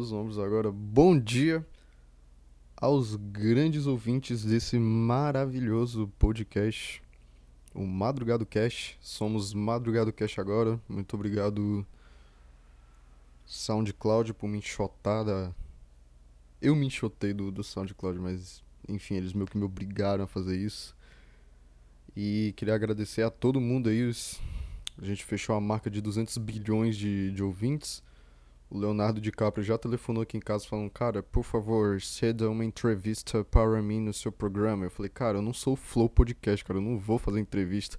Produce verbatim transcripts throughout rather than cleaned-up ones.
meus ombros agora. Bom dia aos grandes ouvintes desse maravilhoso podcast, o Madrugado Cast. Somos Madrugado Cast agora. Muito obrigado, SoundCloud, por me enxotar da... Eu me enxotei do, do SoundCloud, mas enfim, eles meio que me obrigaram a fazer isso. E queria agradecer a todo mundo aí. Os... A gente fechou a marca de duzentos bilhões de, de ouvintes. O Leonardo DiCaprio já telefonou aqui em casa falando: cara, por favor, ceda uma entrevista para mim no seu programa. Eu falei: cara, eu não sou o Flow Podcast, cara, eu não vou fazer entrevista.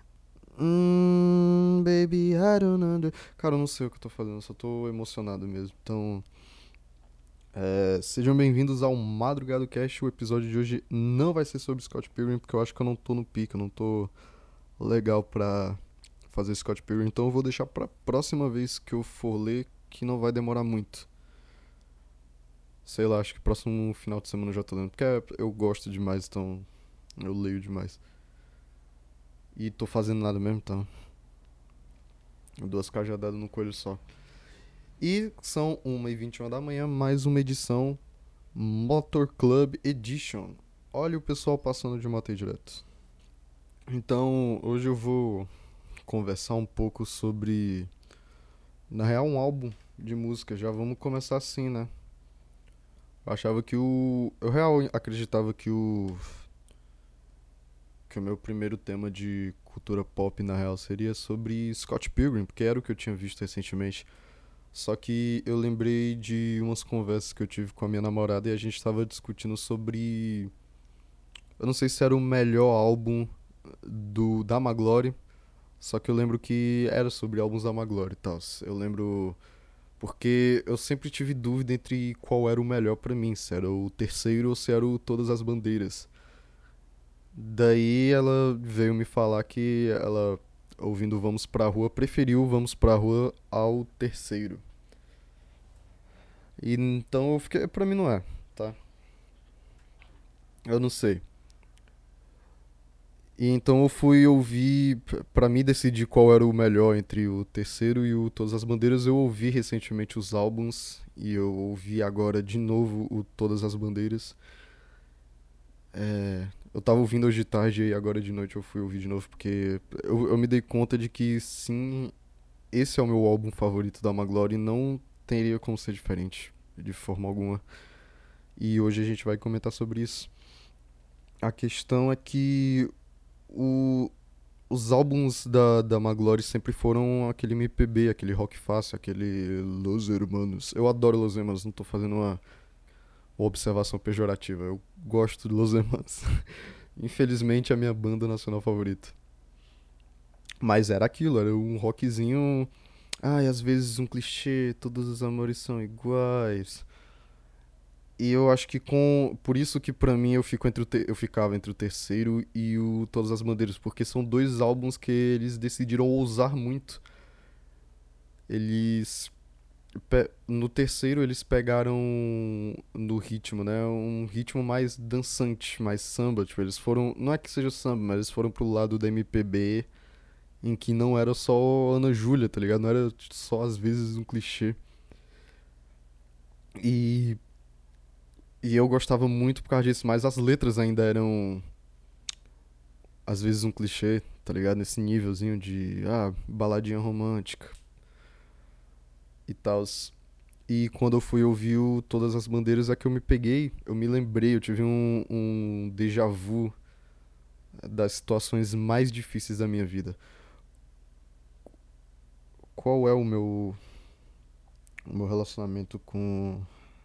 Hum, baby, I don't know. Cara, eu não sei o que eu tô fazendo, eu só tô emocionado mesmo. Então, é, sejam bem-vindos ao Madrugado Cast. O episódio de hoje não vai ser sobre Scott Pilgrim, porque eu acho que eu não tô no pico, eu não tô legal pra fazer Scott Pilgrim. Então eu vou deixar pra próxima vez que eu for ler, que não vai demorar muito. Sei lá, acho que próximo final de semana eu já tô lendo. Porque eu gosto demais, então eu leio demais. E tô fazendo nada mesmo, então. Duas cajadadas no coelho só. E são uma e vinte e uma da manhã, mais uma edição Motor Club Edition. Olha o pessoal passando de moto aí direto. Então, hoje eu vou conversar um pouco sobre... Na real, um álbum de música. Já vamos começar assim, né? Eu achava que o... Eu real acreditava que o... Que o meu primeiro tema de cultura pop, na real, seria sobre Scott Pilgrim, porque era o que eu tinha visto recentemente. Só que eu lembrei de umas conversas que eu tive com a minha namorada e a gente tava discutindo sobre... Eu não sei se era o melhor álbum do da Magloire, só que eu lembro que era sobre álbuns da Magloire e tal. Eu lembro... Porque eu sempre tive dúvida entre qual era o melhor pra mim, se era o terceiro ou se era o Todas as Bandeiras. Daí ela veio me falar que ela, ouvindo Vamos Pra Rua, preferiu Vamos Pra Rua ao terceiro. E então eu fiquei, pra mim não é, tá? Eu não sei. E então eu fui ouvir, p- pra mim decidir qual era o melhor entre o terceiro e o Todas as Bandeiras. Eu ouvi recentemente os álbuns e eu ouvi agora de novo o Todas as Bandeiras. É, eu tava ouvindo hoje de tarde e agora de noite eu fui ouvir de novo porque eu, eu me dei conta de que sim, esse é o meu álbum favorito da Magloire e não teria como ser diferente de forma alguma. E hoje a gente vai comentar sobre isso. A questão é que o, os álbuns da, da Magloire sempre foram aquele M P B, aquele rock fácil, aquele Los Hermanos. Eu adoro Los Hermanos, não tô fazendo uma, uma observação pejorativa. Eu gosto de Los Hermanos. Infelizmente é a minha banda nacional favorita. Mas era aquilo, era um rockzinho. Ai, às vezes um clichê, todos os amores são iguais. E eu acho que com. Por isso que pra mim eu, fico entre o te- eu ficava entre o terceiro e o Todas as Bandeiras. Porque são dois álbuns que eles decidiram ousar muito. Eles. pe- No terceiro eles pegaram no ritmo, né? Um ritmo mais dançante, mais samba. Tipo, eles foram. Não é que seja samba, mas eles foram pro lado da M P B, em que não era só Ana Júlia, tá ligado? Não era só às vezes um clichê. E, e eu gostava muito por causa disso, mas as letras ainda eram às vezes um clichê, tá ligado? Nesse nívelzinho de, ah, baladinha romântica e tal. E quando eu fui ouvir o Todas as Bandeiras é que eu me peguei, eu me lembrei, eu tive um, um déjà vu das situações mais difíceis da minha vida. Qual é o meu, o meu relacionamento com,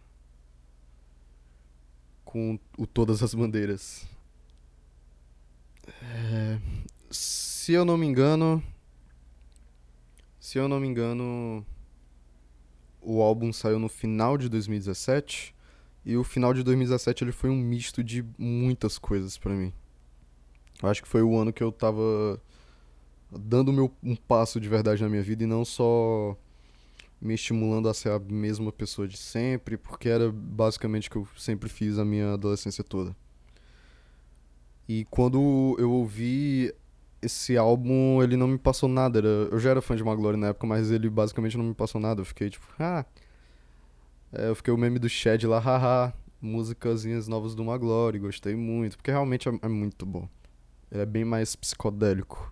com o Todas as Bandeiras? É, se eu não me engano, se eu não me engano, o álbum saiu no final de dois mil e dezessete e o final de dois mil e dezessete ele foi um misto de muitas coisas pra mim. Eu acho que foi o ano que eu tava dando meu, um passo de verdade na minha vida e não só me estimulando a ser a mesma pessoa de sempre, porque era basicamente o que eu sempre fiz a minha adolescência toda. E quando eu ouvi esse álbum, ele não me passou nada. Era, eu já era fã de Magloire na época, mas ele basicamente não me passou nada. Eu fiquei tipo, ah, É, eu fiquei o meme do Shed lá, haha, musicazinhas novas do Maglory, gostei muito, porque realmente é, é muito bom. Ele é bem mais psicodélico.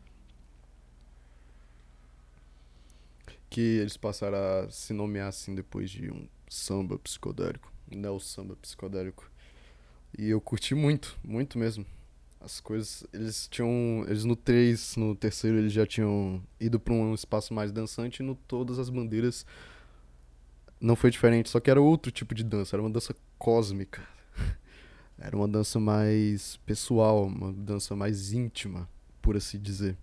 Que eles passaram a se nomear assim depois de um samba psicodélico, um neo samba psicodélico. E eu curti muito, muito mesmo. As coisas, eles tinham, eles no três, no terceiro eles já tinham ido pra um espaço mais dançante e no Todas as Bandeiras não foi diferente, só que era outro tipo de dança, era uma dança cósmica. Era uma dança mais pessoal, uma dança mais íntima, por assim dizer.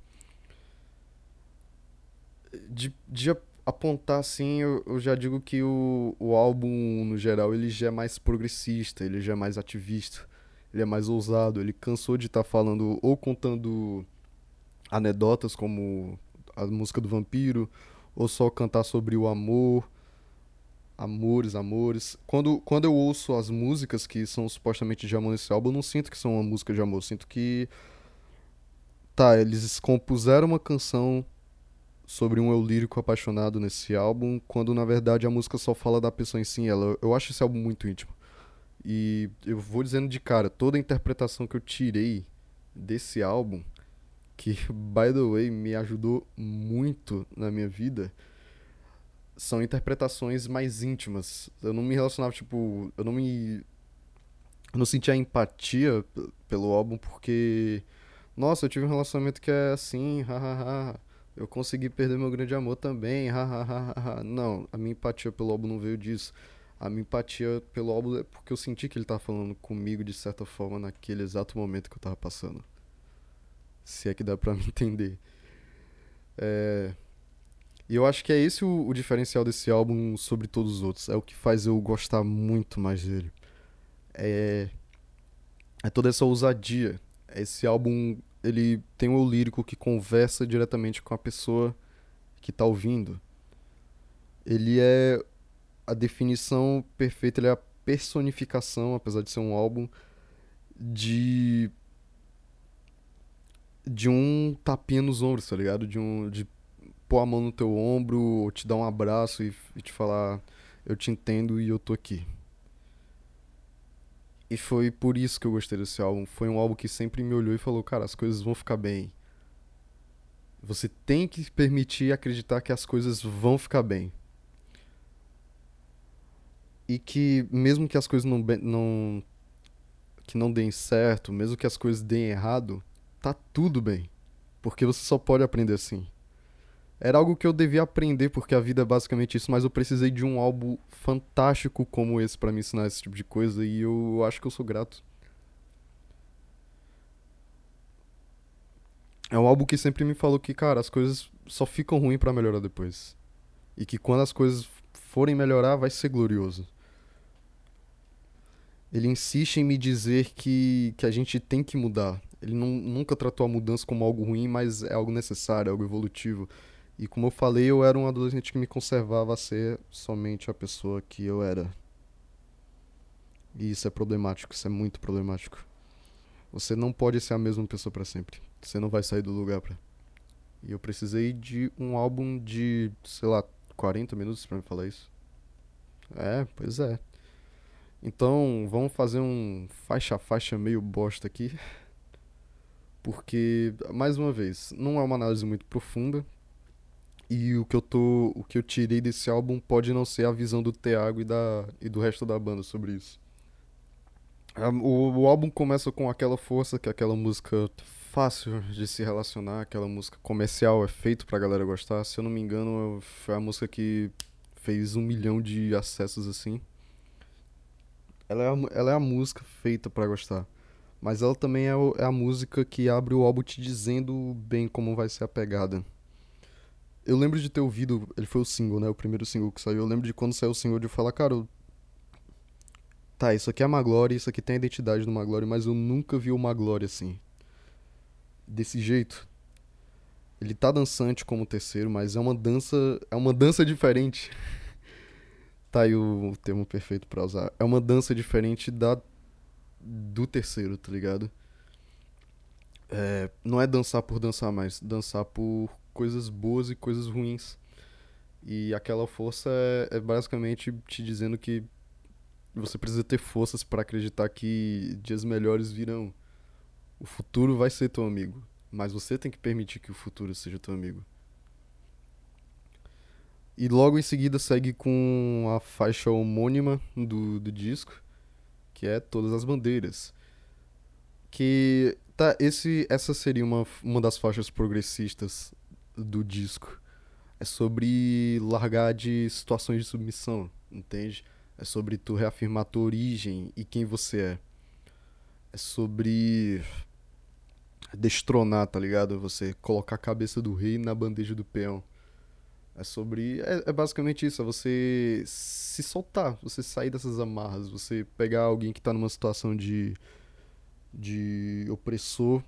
De, de apontar assim, eu, eu já digo que o, o álbum, no geral, ele já é mais progressista, ele já é mais ativista, ele é mais ousado, ele cansou de estar falando ou contando anedotas como a música do vampiro, ou só cantar sobre o amor, amores, amores. Quando, quando eu ouço as músicas que são supostamente de amor nesse álbum, eu não sinto que são uma música de amor, eu sinto que, tá, eles compuseram uma canção sobre um eu lírico apaixonado nesse álbum, quando na verdade a música só fala da pessoa em si. Ela, eu acho esse álbum muito íntimo. E eu vou dizendo de cara, toda a interpretação que eu tirei desse álbum, que, by the way, me ajudou muito na minha vida, são interpretações mais íntimas. Eu não me relacionava, tipo, eu não me. Eu não sentia empatia pelo álbum porque. Nossa, eu tive um relacionamento que é assim, hahaha. Eu consegui perder meu grande amor também, hahaha. Não, a minha empatia pelo álbum não veio disso. A minha empatia pelo álbum é porque eu senti que ele tava falando comigo de certa forma naquele exato momento que eu tava passando. Se é que dá pra me entender. É. E eu acho que é esse o, o diferencial desse álbum sobre todos os outros. É o que faz eu gostar muito mais dele. É, é toda essa ousadia. Esse álbum, ele tem um eu lírico que conversa diretamente com a pessoa que tá ouvindo. Ele é a definição perfeita, ele é a personificação, apesar de ser um álbum, de de um tapinha nos ombros, tá ligado? De um de pôr a mão no teu ombro, ou te dar um abraço e, e te falar eu te entendo e eu tô aqui. E foi por isso que eu gostei desse álbum. Foi um álbum que sempre me olhou e falou, cara, as coisas vão ficar bem. Você tem que permitir acreditar que as coisas vão ficar bem. E que mesmo que as coisas não, não que não deem certo, mesmo que as coisas deem errado, tá tudo bem. Porque você só pode aprender assim. Era algo que eu devia aprender porque a vida é basicamente isso, mas eu precisei de um álbum fantástico como esse pra me ensinar esse tipo de coisa e eu acho que eu sou grato. É um álbum que sempre me falou que, cara, as coisas só ficam ruins pra melhorar depois. E que quando as coisas forem melhorar, vai ser glorioso. Ele insiste em me dizer que, que a gente tem que mudar. Ele não, nunca tratou a mudança como algo ruim, mas é algo necessário, é algo evolutivo. E como eu falei, eu era um adolescente que me conservava a ser somente a pessoa que eu era. E isso é problemático, isso é muito problemático. Você não pode ser a mesma pessoa pra sempre. Você não vai sair do lugar pra. E eu precisei de um álbum de, sei lá, quarenta minutos pra me falar isso. É, pois é. Então, vamos fazer um faixa a faixa meio bosta aqui, porque mais uma vez, não é uma análise muito profunda e o que eu tô, o que eu tirei desse álbum pode não ser a visão do Thiago e da e do resto da banda sobre isso. A- O, o álbum começa com aquela força, que é aquela música fácil de se relacionar, aquela música comercial, é feito pra galera gostar. Se eu não me engano, foi a música que fez um milhão de acessos assim. Ela é a, mu- ela é a música feita pra gostar. Mas ela também é, o- é a música que abre o álbum te dizendo bem como vai ser a pegada. Eu lembro de ter ouvido, ele foi o single, né? O primeiro single que saiu. Eu lembro de quando saiu o single de eu falar, cara, eu- tá, isso aqui é Maglory, isso aqui tem a identidade do Maglory, mas eu nunca vi o Maglory assim. Desse jeito. Ele tá dançante como o terceiro, mas é uma dança, é uma dança diferente. Tá aí o, o termo perfeito pra usar. É uma dança diferente da do terceiro, tá ligado? É, não é dançar por dançar mais, dançar por coisas boas e coisas ruins. E aquela força é, é basicamente te dizendo que você precisa ter forças para acreditar que dias melhores virão. O futuro vai ser teu amigo, mas você tem que permitir que o futuro seja teu amigo. E logo em seguida segue com a faixa homônima do, do disco, que é Todas as Bandeiras. Que tá, esse, essa seria uma, uma das faixas progressistas do disco. É sobre largar de situações de submissão, entende? É sobre tu reafirmar tua origem e quem você é. É sobre destronar, tá ligado? Você colocar a cabeça do rei na bandeja do peão. É sobre. É, é basicamente isso, é você se soltar, você sair dessas amarras, você pegar alguém que tá numa situação de, de opressor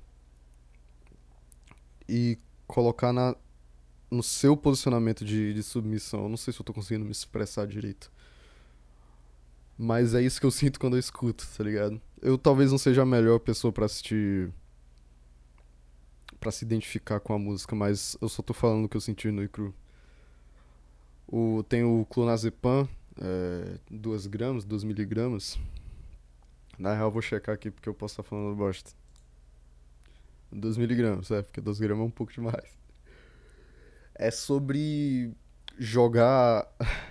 e colocar na, no seu posicionamento de, de submissão. Eu não sei se eu tô conseguindo me expressar direito. Mas é isso que eu sinto quando eu escuto, tá ligado? Eu talvez não seja a melhor pessoa pra assistir. Pra se identificar com a música, mas eu só tô falando o que eu senti no Icru. O, tem o clonazepam, é, dois gramas, dois miligramas. Na real, eu vou checar aqui porque eu posso estar falando bosta. Dois miligramas, é, porque dois gramas é um pouco demais. É sobre jogar.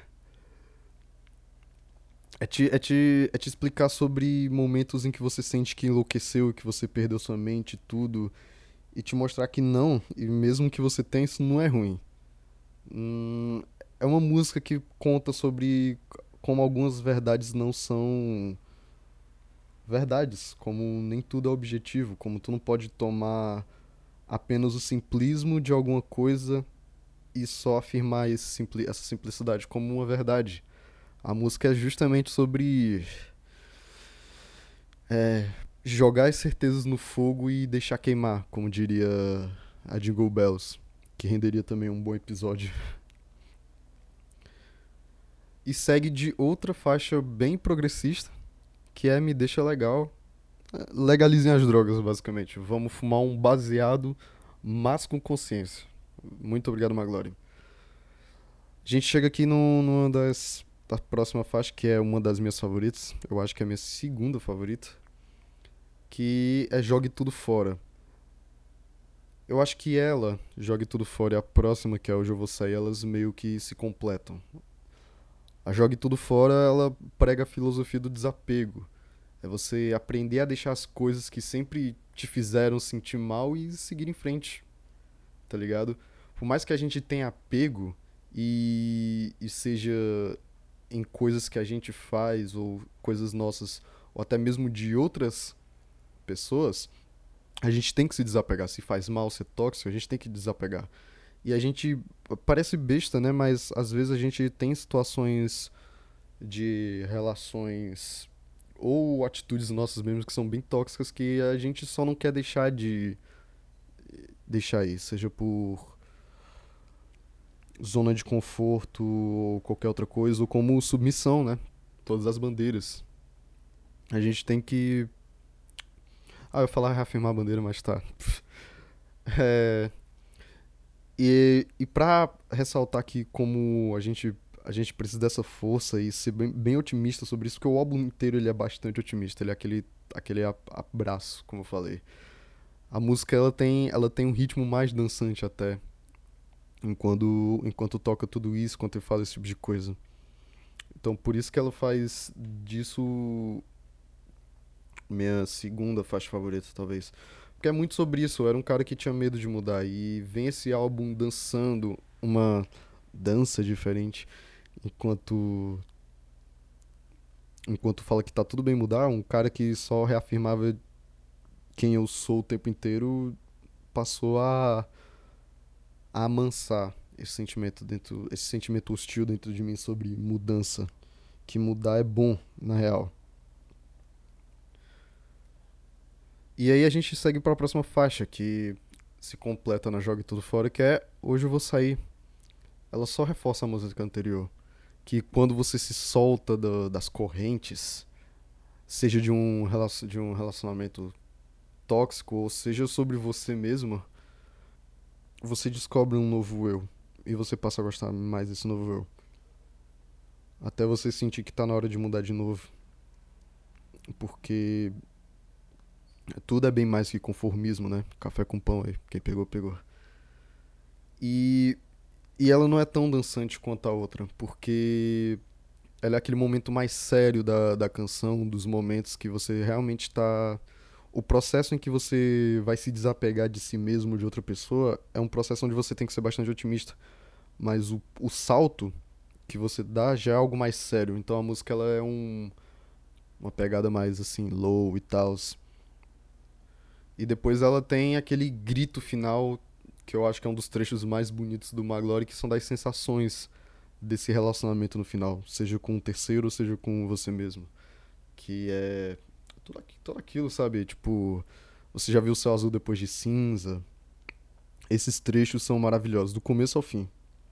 É te, é, te, é te explicar sobre momentos em que você sente que enlouqueceu, que você perdeu sua mente e tudo. E te mostrar que não, e mesmo que você tenha, isso não é ruim. Hum, é uma música que conta sobre como algumas verdades não são verdades, como nem tudo é objetivo, como tu não pode tomar apenas o simplismo de alguma coisa e só afirmar esse simpli essa simplicidade como uma verdade. A música é justamente sobre é, jogar as certezas no fogo e deixar queimar, como diria a Jingle Bells, que renderia também um bom episódio. E segue de outra faixa bem progressista, que é Me Deixa Legal. Legalizem as drogas, basicamente. Vamos fumar um baseado, mas com consciência. Muito obrigado, Maglore. A gente chega aqui no, numa das da próxima faixa, que é uma das minhas favoritas. Eu acho que é a minha segunda favorita. Que é Jogue Tudo Fora. Eu acho que ela, Jogue Tudo Fora, e a próxima, que é Hoje Eu Vou Sair, elas meio que se completam. A Jogue Tudo Fora, ela prega a filosofia do desapego. É você aprender a deixar as coisas que sempre te fizeram sentir mal e seguir em frente, tá ligado? Por mais que a gente tenha apego e, e seja em coisas que a gente faz ou coisas nossas ou até mesmo de outras pessoas, a gente tem que se desapegar. Se faz mal, se é tóxico, a gente tem que desapegar. E a gente parece besta, né? Mas às vezes a gente tem situações de relações ou atitudes nossas mesmo que são bem tóxicas que a gente só não quer deixar de deixar aí, seja por zona de conforto ou qualquer outra coisa, ou como submissão, né? Todas as bandeiras. A gente tem que. Ah, eu ia falar reafirmar a bandeira, mas tá. É... E, e pra ressaltar que como a gente, a gente precisa dessa força e ser bem, bem otimista sobre isso, porque o álbum inteiro ele é bastante otimista, ele é aquele, aquele abraço, como eu falei. A música ela tem, ela tem um ritmo mais dançante até, enquanto, enquanto toca tudo isso, enquanto ele fala esse tipo de coisa. Então por isso que ela faz disso minha segunda faixa favorita, talvez. Porque é muito sobre isso, eu era um cara que tinha medo de mudar. E vem esse álbum dançando uma dança diferente, enquanto. Enquanto fala que tá tudo bem mudar, um cara que só reafirmava quem eu sou o tempo inteiro passou a, a amansar esse sentimento dentro, esse sentimento hostil dentro de mim sobre mudança. Que mudar é bom, na real. E aí a gente segue para a próxima faixa, que se completa na Jogue Tudo Fora, que é Hoje Eu Vou Sair. Ela só reforça a música anterior. Que quando você se solta do, das correntes, seja de um, de um relacionamento tóxico, ou seja sobre você mesmo, você descobre um novo eu. e você passa a gostar mais desse novo eu. Até você sentir que tá na hora de mudar de novo. Porque tudo é bem mais que conformismo, né? Café com pão aí, quem pegou, pegou. E, e ela não é tão dançante quanto a outra, porque ela é aquele momento mais sério da, da canção, dos momentos que você realmente tá. O processo em que você vai se desapegar de si mesmo, de outra pessoa, é um processo onde você tem que ser bastante otimista. Mas o, o salto que você dá já é algo mais sério. Então a música ela é um, uma pegada mais assim, low e tal. E depois ela tem aquele grito final, que eu acho que é um dos trechos mais bonitos do Maglory, que são das sensações desse relacionamento no final. Seja com o terceiro, seja com você mesmo. Que é tudo, aqui, tudo aquilo, sabe? Tipo, você já viu o céu azul depois de cinza? Esses trechos são maravilhosos, do começo ao fim.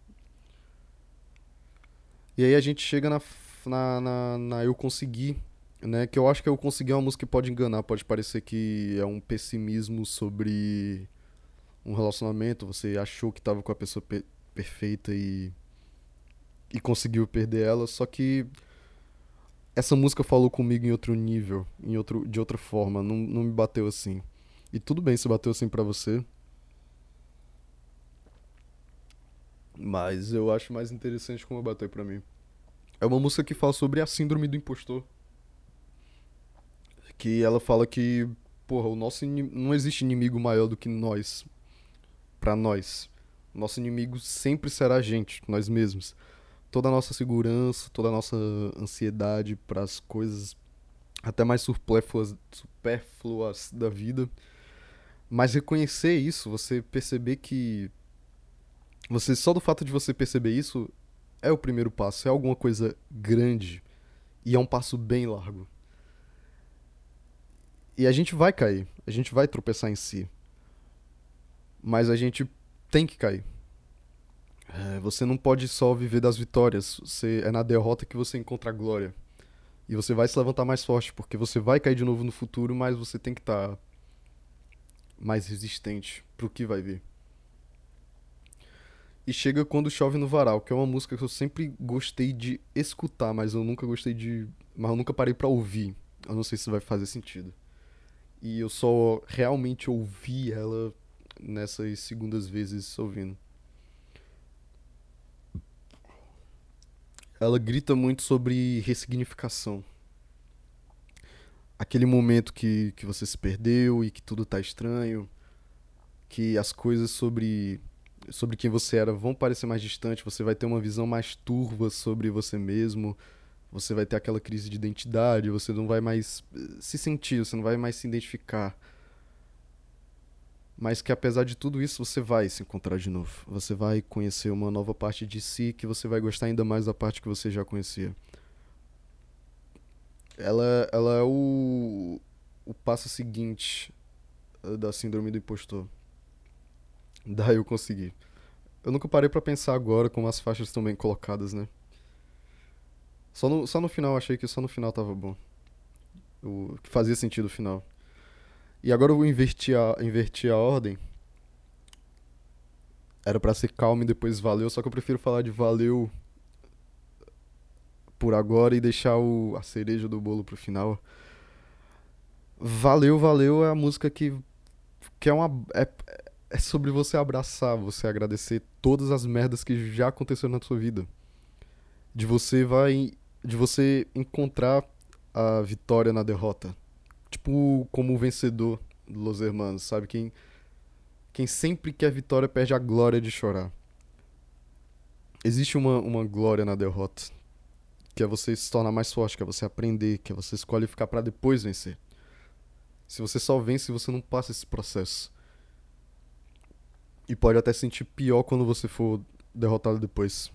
E aí a gente chega na, na, na, na Eu Consegui, né? Que eu acho que Eu Consegui é uma música que pode enganar, pode parecer que é um pessimismo sobre um relacionamento, você achou que tava com a pessoa pe- perfeita e, e conseguiu perder ela, só que essa música falou comigo em outro nível, em outro, de outra forma, não, não me bateu assim. E tudo bem se bateu assim pra você, mas eu acho mais interessante como bateu pra mim. É uma música que fala sobre a síndrome do impostor, que ela fala que, porra, o nosso ini- não existe inimigo maior do que nós, pra nós. Nosso inimigo sempre será a gente, nós mesmos. Toda a nossa segurança, toda a nossa ansiedade para as coisas até mais supérfluas, supérfluas da vida. Mas reconhecer isso, você perceber que. Você só do fato de você perceber isso é o primeiro passo, é alguma coisa grande e é um passo bem largo. E a gente vai cair, a gente vai tropeçar em si, mas a gente tem que cair. É, você não pode só viver das vitórias, você, é na derrota que você encontra a glória. E você vai se levantar mais forte, porque você vai cair de novo no futuro, mas você tem que estar mais resistente pro que vai vir. E chega Quando Chove no Varal, que é uma música que eu sempre gostei de escutar, mas eu nunca gostei de. Mas eu nunca parei pra ouvir. Eu não sei se vai fazer sentido. E eu só realmente ouvi ela nessas segundas vezes ouvindo. Ela grita muito sobre ressignificação. Aquele momento que, que você se perdeu e que tudo tá estranho, que as coisas sobre sobre quem você era vão parecer mais distantes, você vai ter uma visão mais turva sobre você mesmo, você vai ter aquela crise de identidade, você não vai mais eh, se sentir, você não vai mais se identificar. Mas que apesar de tudo isso, você vai se encontrar de novo. Você vai conhecer uma nova parte de si que você vai gostar ainda mais da parte que você já conhecia. Ela, ela é o, o passo seguinte eh, da síndrome do impostor. Daí eu consegui. Eu nunca parei pra pensar agora como as faixas estão bem colocadas, né? Só no, só no final, achei que só no final tava bom. O, que fazia sentido o final. E agora eu vou inverter a, inverter a ordem. Era pra ser calmo e depois valeu, só que eu prefiro falar de valeu por agora e deixar o, a cereja do bolo pro final. Valeu, valeu é a música que, que é uma. É, é sobre você abraçar, você agradecer todas as merdas que já aconteceram na sua vida. De você vai. De você encontrar a vitória na derrota. Tipo, como o vencedor de Los Hermanos, sabe? Quem, quem sempre quer vitória perde a glória de chorar. Existe uma, uma glória na derrota, que é você se tornar mais forte, que é você aprender, que é você se qualificar pra depois vencer. Se você só vence, você não passa esse processo. E pode até sentir pior quando você for derrotado depois.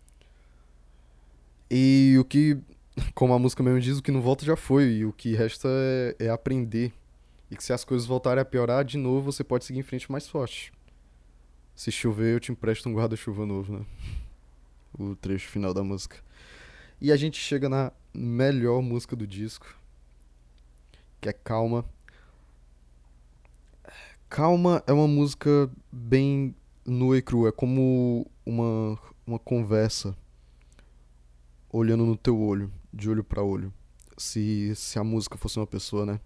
E o que, como a música mesmo diz, o que não volta já foi. E o que resta é, é aprender. E que se as coisas voltarem a piorar de novo, você pode seguir em frente mais forte. Se chover, eu te empresto um guarda-chuva novo, né? O trecho final da música. E a gente chega na melhor música do disco, que é Calma. Calma é uma música bem nua e crua. É como uma, uma conversa olhando no teu olho, de olho pra olho. Se, se a música fosse uma pessoa, né?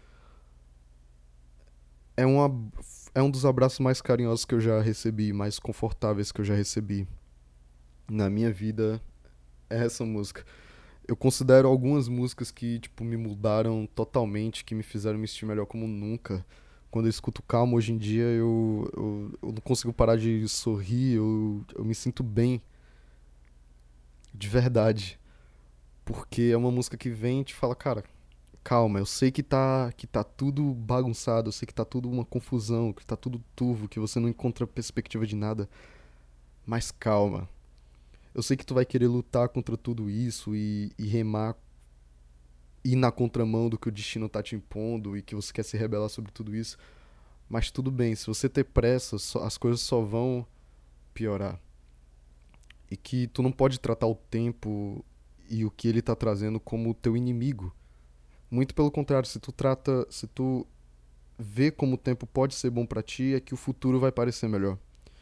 É, uma, é um dos abraços mais carinhosos que eu já recebi, mais confortáveis que eu já recebi na minha vida. É essa música. Eu considero algumas músicas que, tipo, me mudaram totalmente, que me fizeram me sentir melhor como nunca. Quando eu escuto Calma hoje em dia, eu, eu, eu não consigo parar de sorrir, eu, eu me sinto bem, de verdade. Porque é uma música que vem e te fala, cara, calma, eu sei que tá, que tá tudo bagunçado, eu sei que tá tudo uma confusão, que tá tudo turvo, que você não encontra perspectiva de nada, mas calma. Eu sei que tu vai querer lutar contra tudo isso e, e remar, ir na contramão do que o destino tá te impondo e que você quer se rebelar sobre tudo isso, mas tudo bem, se você ter pressa, só- as coisas só vão piorar. E que tu não pode tratar o tempo e o que ele tá trazendo como teu inimigo. Muito pelo contrário, se tu trata, se tu vê como o tempo pode ser bom pra ti, é que o futuro vai parecer melhor.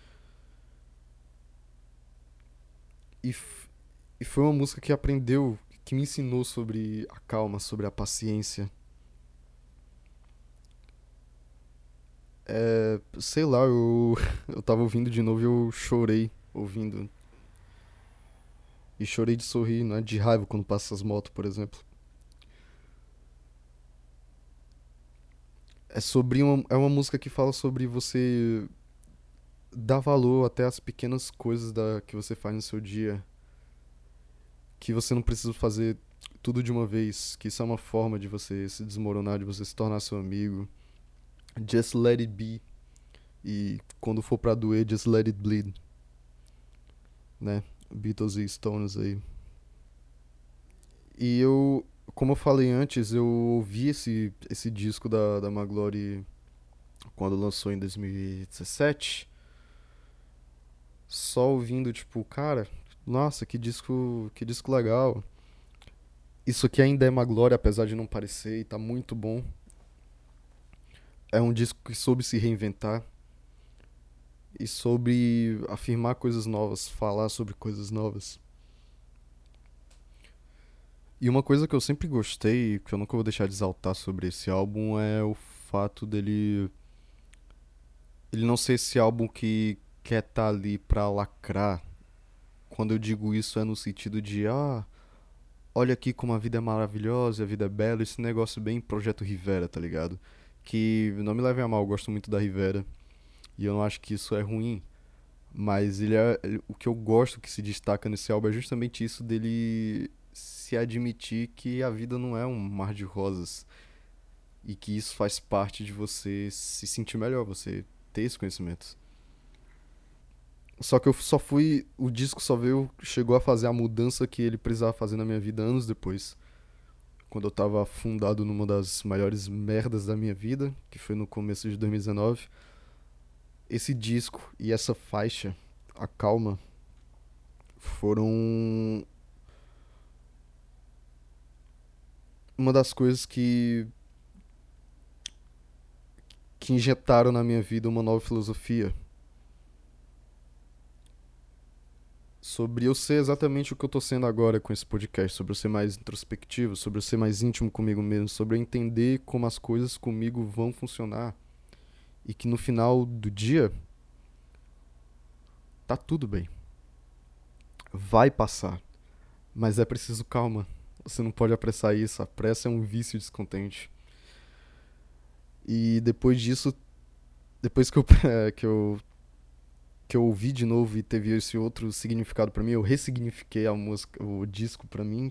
E, f- e foi uma música que aprendeu, que me ensinou sobre a calma, sobre a paciência. É, sei lá, eu, eu tava ouvindo de novo e eu chorei ouvindo. E chorei de sorrir, não é de raiva quando passa as motos, por exemplo. É sobre uma, é uma música que fala sobre você dar valor até às pequenas coisas da, que você faz no seu dia. Que você não precisa fazer tudo de uma vez. Que isso é uma forma de você se desmoronar, de você se tornar seu amigo. Just let it be. E quando for pra doer, just let it bleed. Né? Beatles e Stones aí. E eu, como eu falei antes, eu ouvi esse, esse disco da, da Magloire quando lançou em dois mil e dezessete. Só ouvindo, tipo, cara, nossa, que disco, que disco legal. Isso aqui ainda é Magloire, apesar de não parecer, e tá muito bom. É um disco que soube se reinventar e soube afirmar coisas novas, falar sobre coisas novas. E uma coisa que eu sempre gostei, que eu nunca vou deixar de exaltar sobre esse álbum, é o fato dele ele não ser esse álbum que quer estar ali pra lacrar. Quando eu digo isso é no sentido de, ah, olha aqui como a vida é maravilhosa, a vida é bela, esse negócio bem Projeto Rivera, tá ligado? Que não me levem a mal, eu gosto muito da Rivera e eu não acho que isso é ruim, mas ele é ele- o que eu gosto que se destaca nesse álbum é justamente isso dele se admitir que a vida não é um mar de rosas e que isso faz parte de você se sentir melhor, você ter esse conhecimento. Só que eu só fui. O disco só veio. Chegou a fazer a mudança que ele precisava fazer na minha vida anos depois. Quando eu tava afundado numa das maiores merdas da minha vida, que foi no começo de dois mil e dezenove. Esse disco e essa faixa, A Calma, foram uma das coisas que. que injetaram na minha vida uma nova filosofia. Sobre eu ser exatamente o que eu tô sendo agora com esse podcast, sobre eu ser mais introspectivo, sobre eu ser mais íntimo comigo mesmo, sobre eu entender como as coisas comigo vão funcionar e que no final do dia tá tudo bem. Vai passar, mas é preciso calma. Você não pode apressar isso, a pressa é um vício descontente. E depois disso, depois que eu, que eu que eu ouvi de novo e teve esse outro significado pra mim, eu ressignifiquei a música, o disco pra mim.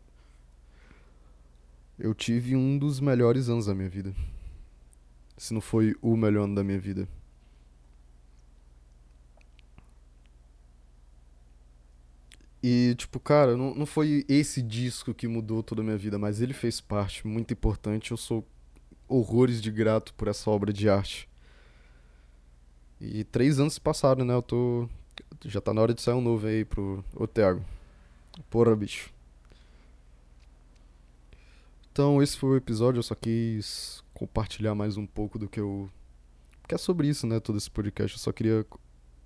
Eu tive um dos melhores anos da minha vida. Se não foi o melhor ano da minha vida. E, tipo, cara, não, não foi esse disco que mudou toda a minha vida, mas ele fez parte muito importante. Eu sou horrores de grato por essa obra de arte. E três anos se passaram, né? Eu tô. Já tá na hora de sair um novo aí pro. Ô, Thiago. Porra, bicho. Então, esse foi o episódio. Eu só quis compartilhar mais um pouco do que eu. Que é sobre isso, né? Todo esse podcast. Eu só queria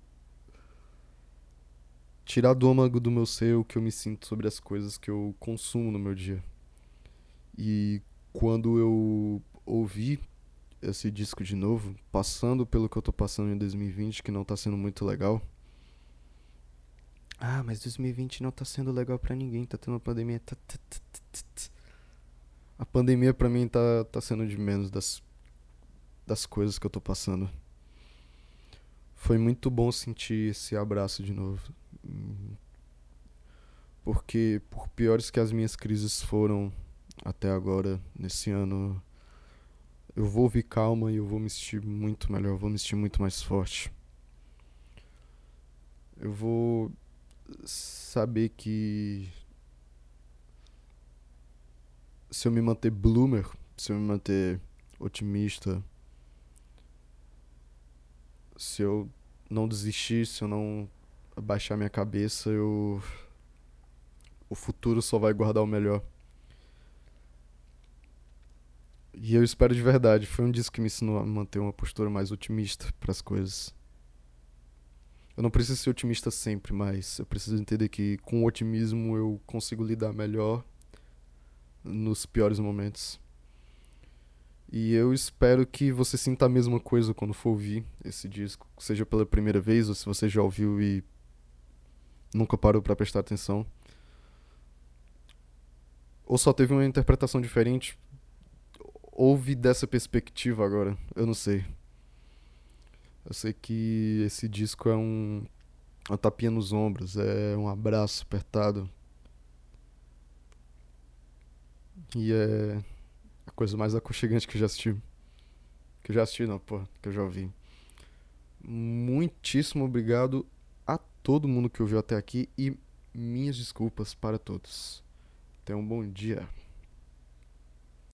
tirar do âmago do meu ser o que eu me sinto sobre as coisas que eu consumo no meu dia. E quando eu ouvi esse disco de novo, passando pelo que eu tô passando em dois mil e vinte, que não tá sendo muito legal. Ah, mas dois mil e vinte não tá sendo legal pra ninguém, tá tendo uma pandemia. Tá, tá, tá, tá, tá, tá. A pandemia pra mim tá, tá sendo de menos das, das coisas que eu tô passando. Foi muito bom sentir esse abraço de novo. Hum, Porque, por piores que as minhas crises foram até agora, nesse ano, eu vou vir calma e eu vou me sentir muito melhor, eu vou me sentir muito mais forte. Eu vou saber que se eu me manter bloomer, se eu me manter otimista, se eu não desistir, se eu não abaixar minha cabeça, eu o futuro só vai guardar o melhor. E eu espero de verdade, foi um disco que me ensinou a manter uma postura mais otimista para as coisas. Eu não preciso ser otimista sempre, mas eu preciso entender que com o otimismo eu consigo lidar melhor nos piores momentos. E eu espero que você sinta a mesma coisa quando for ouvir esse disco, seja pela primeira vez ou se você já ouviu e nunca parou pra prestar atenção. Ou só teve uma interpretação diferente. Ouve dessa perspectiva agora, eu não sei. Eu sei que esse disco é um, uma tapinha nos ombros, é um abraço apertado. E é a coisa mais aconchegante que eu já assisti. Que eu já assisti, não, pô, que eu já ouvi. Muitíssimo obrigado a todo mundo que ouviu até aqui e minhas desculpas para todos. Tenham um bom dia.